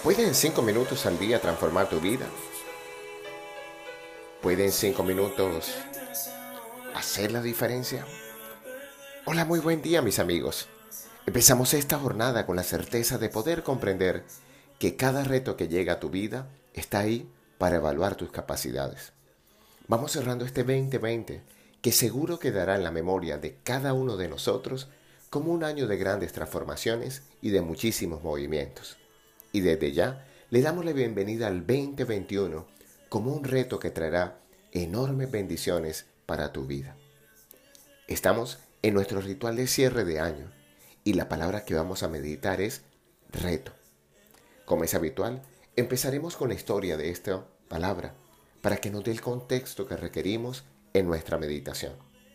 ¿Pueden 5 minutos al día transformar tu vida? ¿Pueden 5 minutos hacer la diferencia? Hola, muy buen día mis amigos. Empezamos esta jornada con la certeza de poder comprender que cada reto que llega a tu vida está ahí para evaluar tus capacidades. Vamos cerrando este 2020 que seguro quedará en la memoria de cada uno de nosotros como un año de grandes transformaciones y de muchísimos movimientos. Y desde ya le damos la bienvenida al 2021 como un reto que traerá enormes bendiciones para tu vida. Estamos en nuestro ritual de cierre de año y la palabra que vamos a meditar es reto. Como es habitual, empezaremos con la historia de esta palabra para que nos dé el contexto que requerimos en nuestra meditación.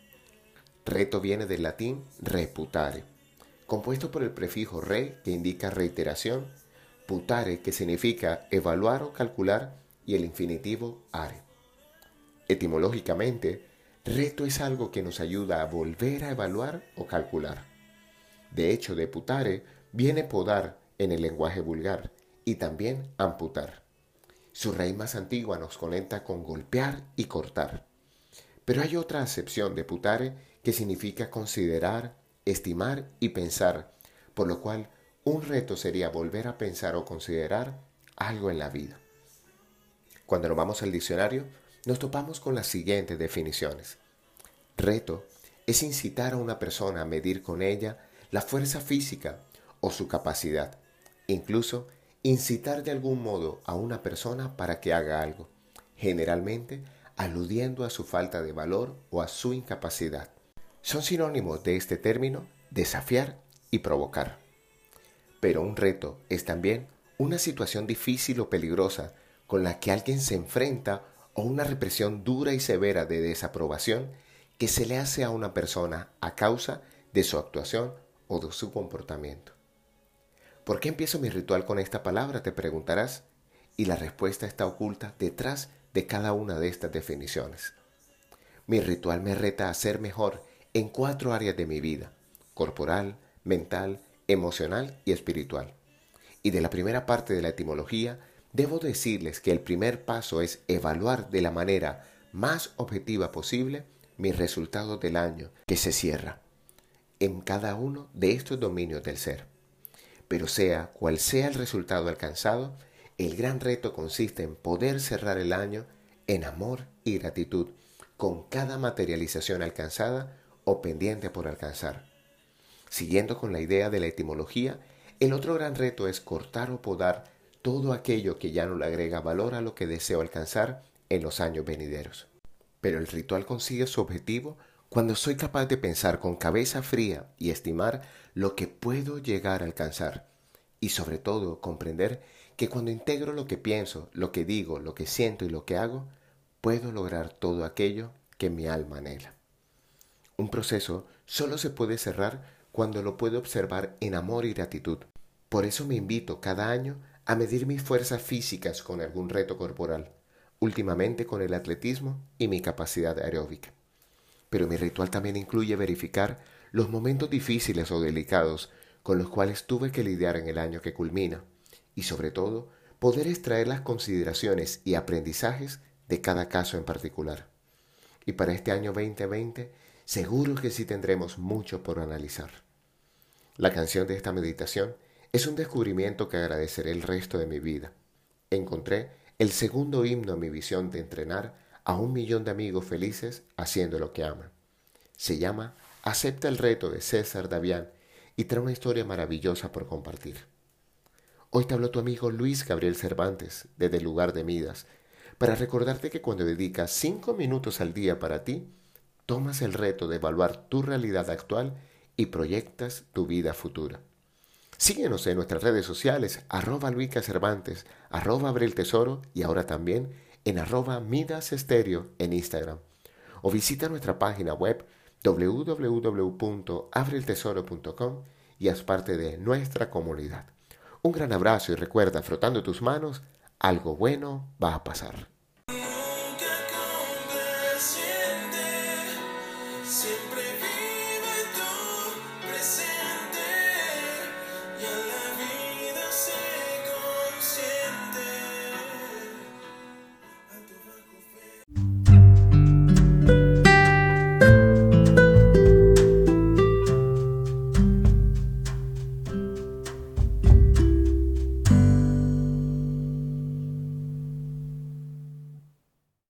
Reto viene del latín reputare, compuesto por el prefijo re, que indica reiteración, putare, que significa evaluar o calcular, y el infinitivo are. Etimológicamente, reto es algo que nos ayuda a volver a evaluar o calcular. De hecho, de putare viene podar en el lenguaje vulgar y también amputar. Su raíz más antigua nos conecta con golpear y cortar. Pero hay otra acepción de putare que significa considerar, estimar y pensar, por lo cual un reto sería volver a pensar o considerar algo en la vida. Cuando nos vamos al diccionario, nos topamos con las siguientes definiciones. Reto es incitar a una persona a medir con ella la fuerza física o su capacidad, incluso incitar de algún modo a una persona para que haga algo, generalmente aludiendo a su falta de valor o a su incapacidad. Son sinónimos de este término desafiar y provocar. Pero un reto es también una situación difícil o peligrosa con la que alguien se enfrenta o una represión dura y severa de desaprobación que se le hace a una persona a causa de su actuación o de su comportamiento. ¿Por qué empiezo mi ritual con esta palabra?, te preguntarás, y la respuesta está oculta detrás de cada una de estas definiciones. Mi ritual me reta a ser mejor en 4 áreas de mi vida: corporal, mental, emocional y espiritual. Y de la primera parte de la etimología, debo decirles que el primer paso es evaluar de la manera más objetiva posible mis resultados del año que se cierra en cada uno de estos dominios del ser. Pero sea cual sea el resultado alcanzado, el gran reto consiste en poder cerrar el año en amor y gratitud con cada materialización alcanzada o pendiente por alcanzar. Siguiendo con la idea de la etimología, el otro gran reto es cortar o podar todo aquello que ya no le agrega valor a lo que deseo alcanzar en los años venideros. Pero el ritual consigue su objetivo cuando soy capaz de pensar con cabeza fría y estimar lo que puedo llegar a alcanzar. Y sobre todo comprender que cuando integro lo que pienso, lo que digo, lo que siento y lo que hago, puedo lograr todo aquello que mi alma anhela. Un proceso solo se puede cerrar cuando lo puedo observar en amor y gratitud. Por eso me invito cada año a medir mis fuerzas físicas con algún reto corporal, últimamente con el atletismo y mi capacidad aeróbica. Pero mi ritual también incluye verificar los momentos difíciles o delicados con los cuales tuve que lidiar en el año que culmina, y sobre todo, poder extraer las consideraciones y aprendizajes de cada caso en particular. Y para este año 2020, seguro que sí tendremos mucho por analizar. La canción de esta meditación es un descubrimiento que agradeceré el resto de mi vida. Encontré el segundo himno a mi visión de entrenar a 1.000.000 de amigos felices haciendo lo que aman. Se llama Acepta el reto, de César Davián, y trae una historia maravillosa por compartir. Hoy te habló tu amigo Luis Gabriel Cervantes desde el lugar de Midas, para recordarte que cuando dedicas 5 minutos al día para ti, tomas el reto de evaluar tu realidad actual y proyectas tu vida futura. Síguenos en nuestras redes sociales, @LuicaCervantes, @AbrilTesoro y ahora también en @MidasEstereo en Instagram. O visita nuestra página web www.abriltesoro.com y haz parte de nuestra comunidad. Un gran abrazo y recuerda, frotando tus manos, algo bueno va a pasar.